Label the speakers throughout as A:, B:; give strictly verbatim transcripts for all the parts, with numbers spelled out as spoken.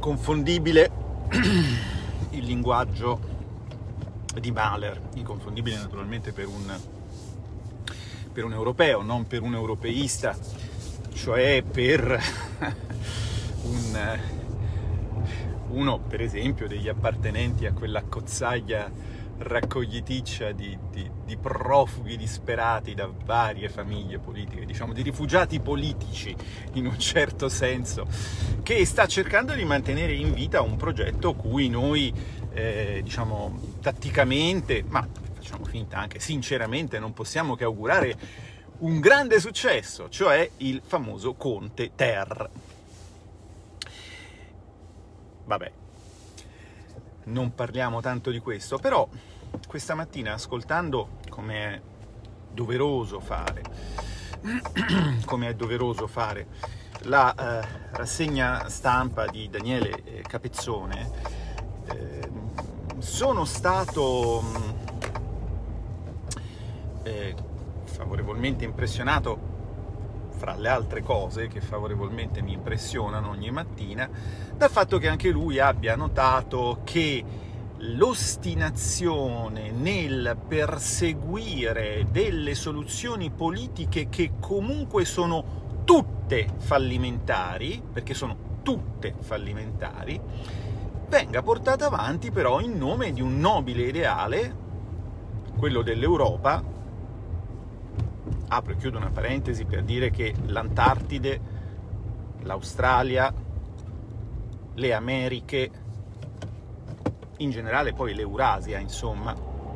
A: inconfondibile il linguaggio di Mahler, inconfondibile naturalmente per un, per un europeo, non per un europeista, cioè per un, uno per esempio degli appartenenti a quella cozzaglia raccogliticcia di, di, di profughi disperati da varie famiglie politiche, diciamo di rifugiati politici in un certo senso, che sta cercando di mantenere in vita un progetto cui noi eh, diciamo tatticamente, ma facciamo finta anche sinceramente, non possiamo che augurare un grande successo, cioè il famoso Conte Ter. Vabbè, non parliamo tanto di questo, però questa mattina, ascoltando, come è doveroso fare, come è doveroso fare la eh, rassegna stampa di Daniele Capezzone, eh, sono stato eh, favorevolmente impressionato, fra le altre cose che favorevolmente mi impressionano ogni mattina, dal fatto che anche lui abbia notato che l'ostinazione nel perseguire delle soluzioni politiche che comunque sono tutte fallimentari, perché sono tutte fallimentari, venga portata avanti però in nome di un nobile ideale, quello dell'Europa. Apro e chiudo una parentesi per dire che l'Antartide, l'Australia, le Americhe, in generale poi l'Eurasia, insomma,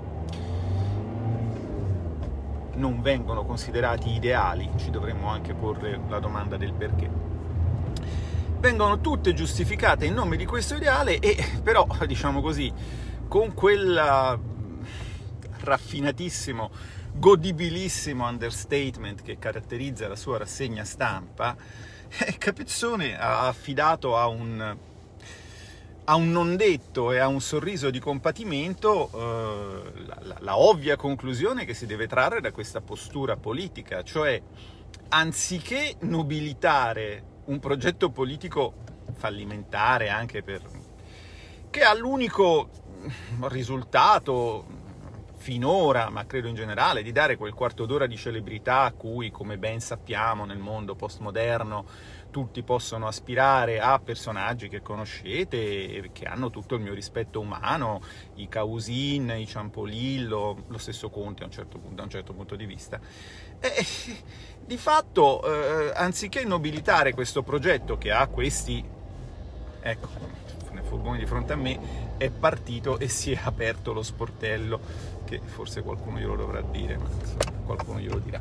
A: non vengono considerati ideali, ci dovremmo anche porre la domanda del perché. Vengono tutte giustificate in nome di questo ideale e però, diciamo così, con quel raffinatissimo, godibilissimo understatement che caratterizza la sua rassegna stampa, Capezzone ha affidato a un, a un non detto e a un sorriso di compatimento eh, la, la, la ovvia conclusione che si deve trarre da questa postura politica, cioè anziché nobilitare un progetto politico fallimentare anche per che ha l'unico risultato finora, ma credo in generale, di dare quel quarto d'ora di celebrità a cui, come ben sappiamo, nel mondo postmoderno tutti possono aspirare, a personaggi che conoscete e che hanno tutto il mio rispetto umano, i Causin, i Ciampolillo, lo stesso Conte a un certo punto, da un certo punto di vista. E, di fatto, eh, anziché nobilitare questo progetto che ha questi, ecco, nel furgone di fronte a me, è partito e si è aperto lo sportello, che forse qualcuno glielo dovrà dire, ma insomma, qualcuno glielo dirà.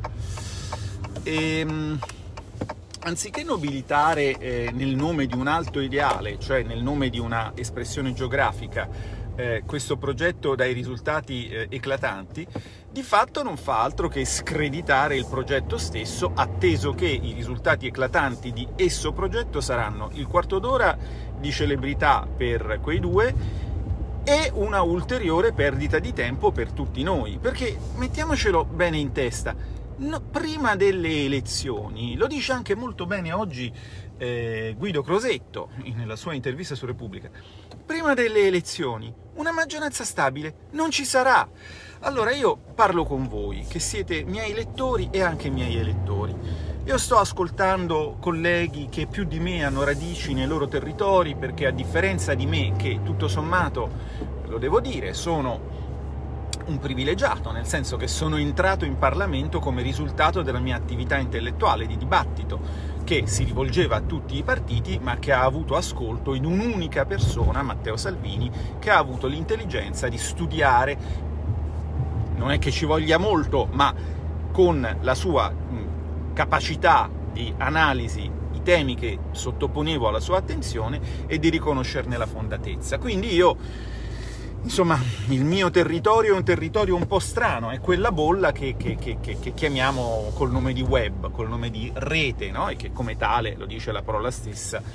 A: E, anziché nobilitare eh, nel nome di un alto ideale, cioè nel nome di una espressione geografica, eh, questo progetto dai risultati eh, eclatanti, di fatto non fa altro che screditare il progetto stesso, atteso che i risultati eclatanti di esso progetto saranno il quarto d'ora di celebrità per quei due e una ulteriore perdita di tempo per tutti noi, perché mettiamocelo bene in testa, no, prima delle elezioni, lo dice anche molto bene oggi eh, Guido Crosetto nella sua intervista su Repubblica, prima delle elezioni una maggioranza stabile non ci sarà. Allora io parlo con voi, che siete miei lettori e anche miei elettori. Io sto ascoltando colleghi che più di me hanno radici nei loro territori, perché a differenza di me, che tutto sommato, lo devo dire, sono un privilegiato, nel senso che sono entrato in Parlamento come risultato della mia attività intellettuale di dibattito, che si rivolgeva a tutti i partiti, ma che ha avuto ascolto in un'unica persona, Matteo Salvini, che ha avuto l'intelligenza di studiare, non è che ci voglia molto, ma con la sua capacità di analisi i temi che sottoponevo alla sua attenzione e di riconoscerne la fondatezza. Quindi io, insomma, il mio territorio è un territorio un po' strano, è quella bolla che, che, che, che chiamiamo col nome di web, col nome di rete, no? E che come tale, lo dice la parola stessa,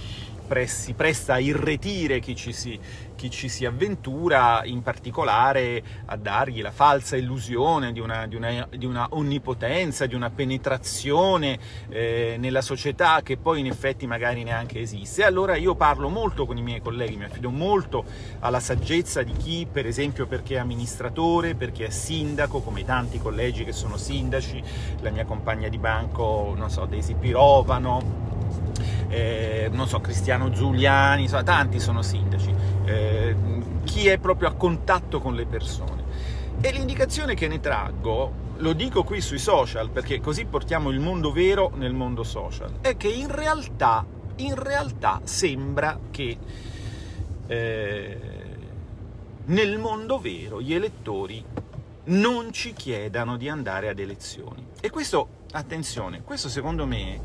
A: si presta a irretire chi ci si, chi ci si avventura, in particolare a dargli la falsa illusione di una, di una, di una onnipotenza, di una penetrazione eh, nella società che poi in effetti magari neanche esiste. Allora io parlo molto con i miei colleghi, mi affido molto alla saggezza di chi, per esempio, perché è amministratore, perché è sindaco, come tanti collegi che sono sindaci, la mia compagna di banco, non so, Daisy Pirovano, Eh, non so, Cristiano Giuliani, insomma, tanti sono sindaci, eh, chi è proprio a contatto con le persone. E l'indicazione che ne traggo, lo dico qui sui social, perché così portiamo il mondo vero nel mondo social, è che in realtà, in realtà sembra che eh, nel mondo vero gli elettori non ci chiedano di andare ad elezioni. E questo, attenzione, questo secondo me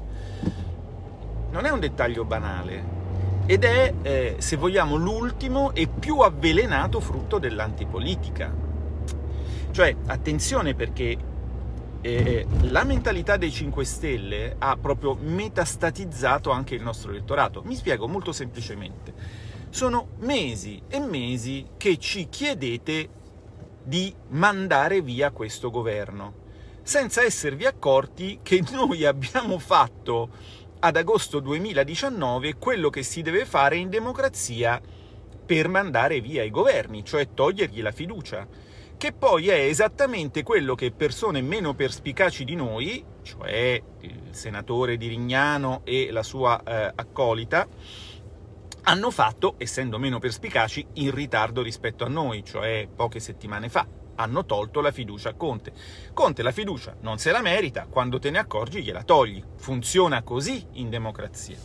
A: non è un dettaglio banale, ed è, eh, se vogliamo, l'ultimo e più avvelenato frutto dell'antipolitica. Cioè, attenzione, perché eh, la mentalità dei cinque Stelle ha proprio metastatizzato anche il nostro elettorato. Mi spiego molto semplicemente. Sono mesi e mesi che ci chiedete di mandare via questo governo, senza esservi accorti che noi abbiamo fatto ad agosto duemiladiciannove quello che si deve fare in democrazia per mandare via i governi, cioè togliergli la fiducia, che poi è esattamente quello che persone meno perspicaci di noi, cioè il senatore di Rignano e la sua eh, accolita, hanno fatto, essendo meno perspicaci, in ritardo rispetto a noi, cioè poche settimane fa. Hanno tolto la fiducia a Conte. Conte la fiducia non se la merita, quando te ne accorgi gliela togli. Funziona così in democrazia.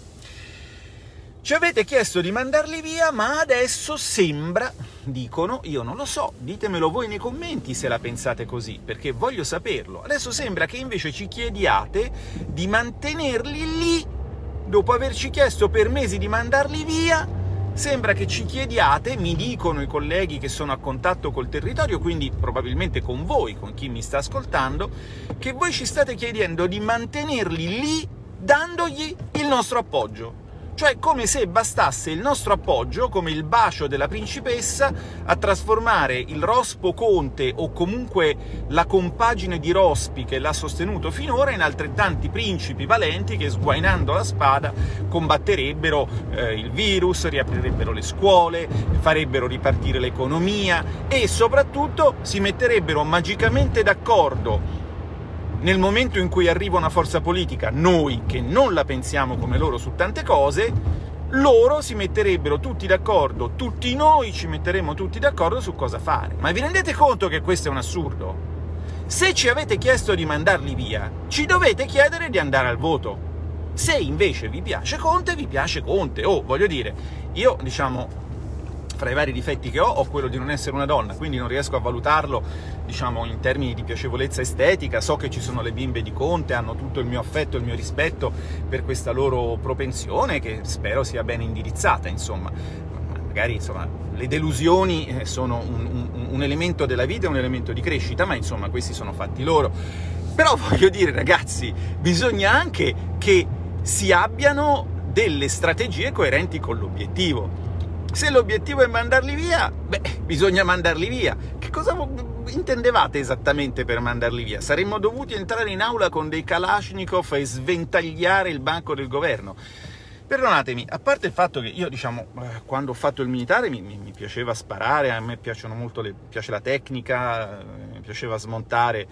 A: Ci avete chiesto di mandarli via, ma adesso sembra, dicono, io non lo so, ditemelo voi nei commenti se la pensate così, perché voglio saperlo. Adesso sembra che invece ci chiediate di mantenerli lì, dopo averci chiesto per mesi di mandarli via. Sembra che ci chiediate, mi dicono i colleghi che sono a contatto col territorio, quindi probabilmente con voi, con chi mi sta ascoltando, che voi ci state chiedendo di mantenerli lì dandogli il nostro appoggio. Cioè come se bastasse il nostro appoggio, come il bacio della principessa, a trasformare il rospo Conte, o comunque la compagine di rospi che l'ha sostenuto finora, in altrettanti principi valenti che, sguainando la spada, combatterebbero eh, il virus, riaprirebbero le scuole, farebbero ripartire l'economia e soprattutto si metterebbero magicamente d'accordo nel momento in cui arriva una forza politica, noi che non la pensiamo come loro su tante cose, loro si metterebbero tutti d'accordo, tutti noi ci metteremo tutti d'accordo su cosa fare. Ma vi rendete conto che questo è un assurdo? Se ci avete chiesto di mandarli via, ci dovete chiedere di andare al voto. Se invece vi piace Conte, vi piace Conte. Oh, voglio dire, io, diciamo, fra i vari difetti che ho, ho quello di non essere una donna, quindi non riesco a valutarlo, diciamo, in termini di piacevolezza estetica. So che ci sono le bimbe di Conte, hanno tutto il mio affetto e il mio rispetto per questa loro propensione, che spero sia ben indirizzata, insomma. Magari, insomma, le delusioni sono un, un, un elemento della vita, un elemento di crescita, ma insomma questi sono fatti loro. Però voglio dire, ragazzi, bisogna anche che si abbiano delle strategie coerenti con l'obiettivo. Se l'obiettivo è mandarli via, beh, bisogna mandarli via. Che cosa intendevate esattamente per mandarli via? Saremmo dovuti entrare in aula con dei Kalashnikov e sventagliare il banco del governo? Perdonatemi, a parte il fatto che io, diciamo, quando ho fatto il militare mi, mi, mi piaceva sparare, a me piacciono molto le, piace la tecnica, mi piaceva smontare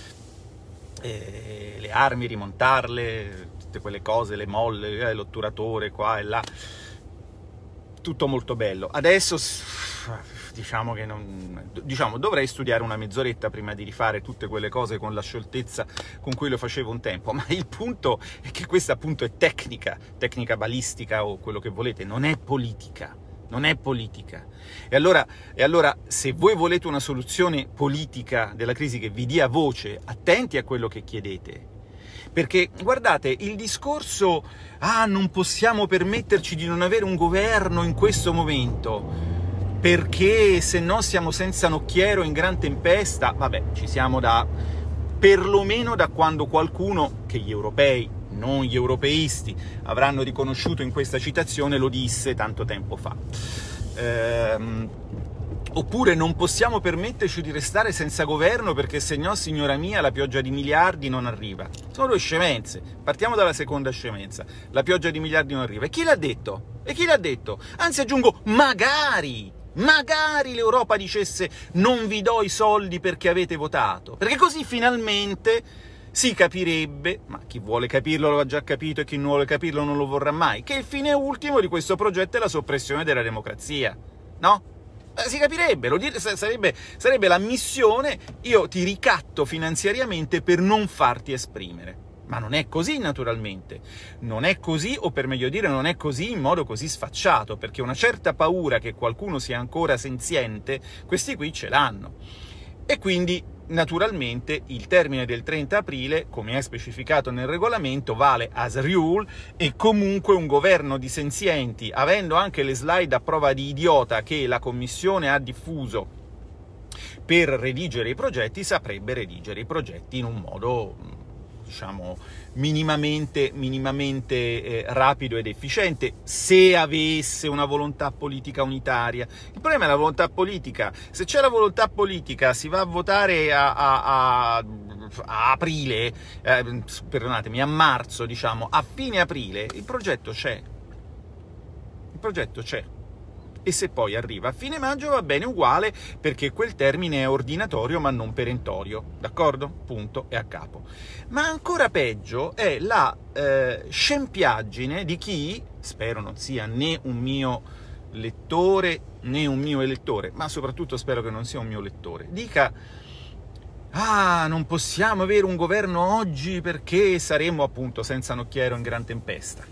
A: eh, le armi, rimontarle, tutte quelle cose, le molle, eh, l'otturatore qua e là. Tutto molto bello. Adesso diciamo che non, diciamo, dovrei studiare una mezz'oretta prima di rifare tutte quelle cose con la scioltezza con cui lo facevo un tempo, ma il punto è che questa appunto è tecnica, tecnica balistica o quello che volete, non è politica, non è politica. E allora, e allora se voi volete una soluzione politica della crisi che vi dia voce, attenti a quello che chiedete. Perché, guardate, il discorso «ah, non possiamo permetterci di non avere un governo in questo momento, perché se no siamo senza nocchiero in gran tempesta», vabbè, ci siamo da, perlomeno da quando qualcuno, che gli europei non gli europeisti, avranno riconosciuto in questa citazione, lo disse tanto tempo fa. Ehm, oppure non possiamo permetterci di restare senza governo perché se no, signora mia, la pioggia di miliardi non arriva. Sono due scemenze. Partiamo dalla seconda scemenza. La pioggia di miliardi non arriva. E chi l'ha detto? E chi l'ha detto? Anzi, aggiungo, magari, magari l'Europa dicesse non vi do i soldi perché avete votato. Perché così finalmente si capirebbe, ma chi vuole capirlo lo ha già capito e chi non vuole capirlo non lo vorrà mai, che il fine ultimo di questo progetto è la soppressione della democrazia, no? Si capirebbe, lo dire, sarebbe, sarebbe la missione, io ti ricatto finanziariamente per non farti esprimere. Ma non è così, naturalmente. Non è così, o per meglio dire, non è così in modo così sfacciato, perché una certa paura che qualcuno sia ancora senziente, questi qui ce l'hanno. E quindi, naturalmente, il termine del trenta aprile, come è specificato nel regolamento, vale as rule, e comunque un governo di senzienti, avendo anche le slide a prova di idiota che la Commissione ha diffuso per redigere i progetti, saprebbe redigere i progetti in un modo, diciamo, minimamente, minimamente eh, rapido ed efficiente, se avesse una volontà politica unitaria. Il problema è la volontà politica. Se c'è la volontà politica, si va a votare a, a, a, a aprile, eh, perdonatemi, a marzo, diciamo, a fine aprile, il progetto c'è. Il progetto c'è. E se poi arriva a fine maggio va bene uguale, perché quel termine è ordinatorio ma non perentorio, d'accordo? Punto e a capo. Ma ancora peggio è la eh, scempiaggine di chi, spero non sia né un mio lettore né un mio elettore, ma soprattutto spero che non sia un mio lettore, dica: ah, non possiamo avere un governo oggi perché saremo appunto senza nocchiero in gran tempesta.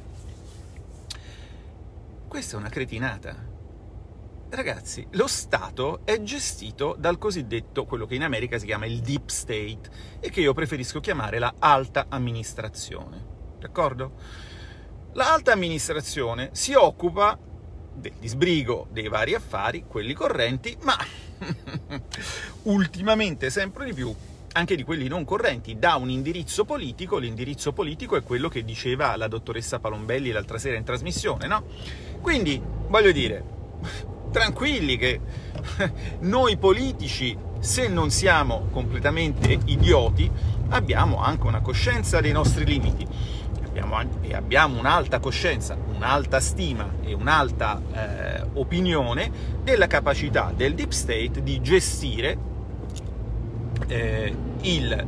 A: Questa è una cretinata. Ragazzi, lo Stato è gestito dal cosiddetto, quello che in America si chiama il deep state, e che io preferisco chiamare la alta amministrazione, d'accordo? La alta amministrazione si occupa del disbrigo dei vari affari, quelli correnti, ma ultimamente sempre di più anche di quelli non correnti, dà un indirizzo politico. L'indirizzo politico è quello che diceva la dottoressa Palombelli l'altra sera in trasmissione, no? Quindi, voglio dire, tranquilli che noi politici, se non siamo completamente idioti, abbiamo anche una coscienza dei nostri limiti, abbiamo anche, e abbiamo un'alta coscienza, un'alta stima e un'alta eh, opinione della capacità del deep state di gestire eh, il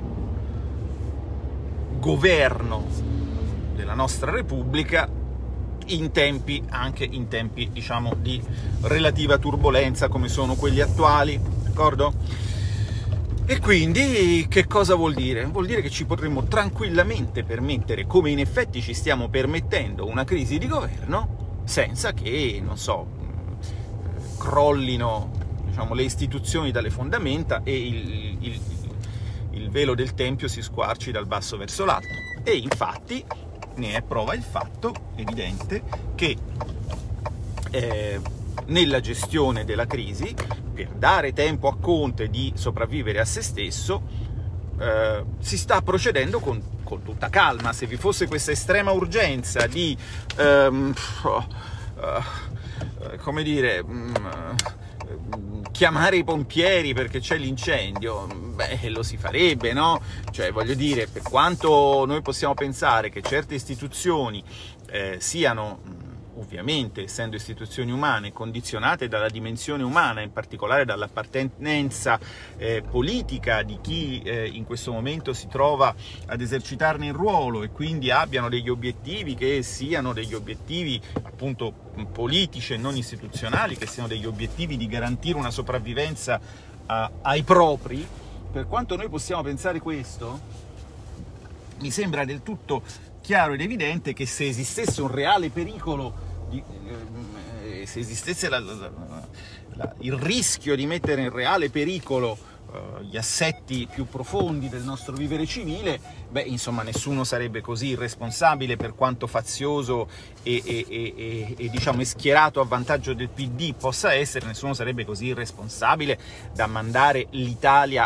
A: governo della nostra Repubblica in tempi, anche in tempi, diciamo, di relativa turbolenza come sono quelli attuali, d'accordo? E quindi che cosa vuol dire? Vuol dire che ci potremmo tranquillamente permettere, come in effetti ci stiamo permettendo, una crisi di governo senza che, non so, crollino, diciamo, le istituzioni dalle fondamenta e il, il, il velo del tempio si squarci dal basso verso l'alto. E infatti ne è prova il fatto evidente che eh, nella gestione della crisi, per dare tempo a Conte di sopravvivere a se stesso, eh, si sta procedendo con, con tutta calma. Se vi fosse questa estrema urgenza di ehm, uh, uh, come dire um, chiamare i pompieri perché c'è l'incendio, beh, lo si farebbe, no? Cioè, voglio dire, per quanto noi possiamo pensare che certe istituzioni eh, siano, ovviamente, essendo istituzioni umane, condizionate dalla dimensione umana, in particolare dall'appartenenza eh, politica di chi eh, in questo momento si trova ad esercitarne il ruolo, e quindi abbiano degli obiettivi che siano degli obiettivi appunto politici e non istituzionali, che siano degli obiettivi di garantire una sopravvivenza a, ai propri. Per quanto noi possiamo pensare questo, mi sembra del tutto chiaro ed evidente che se esistesse un reale pericolo, di, eh, se esistesse la, la, la, il rischio di mettere in reale pericolo eh, gli assetti più profondi del nostro vivere civile, beh, insomma, nessuno sarebbe così irresponsabile, per quanto fazioso e, e, e, e, e diciamo e schierato a vantaggio del P D possa essere, nessuno sarebbe così irresponsabile da mandare l'Italia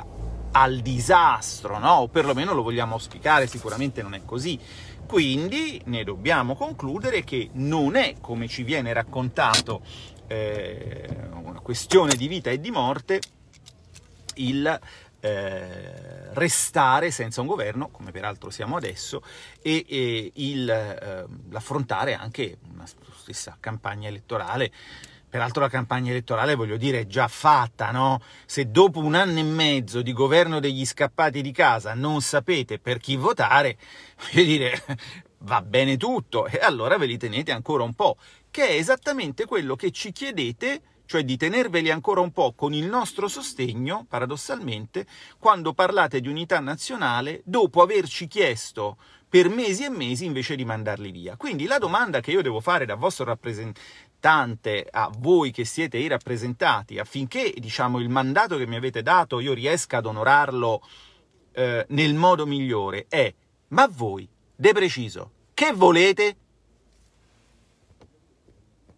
A: al disastro, no? O perlomeno lo vogliamo auspicare, sicuramente non è così. Quindi ne dobbiamo concludere che non è, come ci viene raccontato, eh, una questione di vita e di morte il eh, restare senza un governo, come peraltro siamo adesso, e, e il, eh, l'affrontare anche una stessa campagna elettorale. Peraltro la campagna elettorale, voglio dire, è già fatta, no? Se dopo un anno e mezzo di governo degli scappati di casa non sapete per chi votare, voglio dire, va bene tutto, e allora ve li tenete ancora un po', che è esattamente quello che ci chiedete, cioè di tenerveli ancora un po' con il nostro sostegno, paradossalmente, quando parlate di unità nazionale, dopo averci chiesto per mesi e mesi invece di mandarli via. Quindi la domanda che io devo fare da vostro rappresentante a voi che siete i rappresentati, affinché, diciamo, il mandato che mi avete dato io riesca ad onorarlo eh, nel modo migliore, è: ma voi, de preciso, che volete?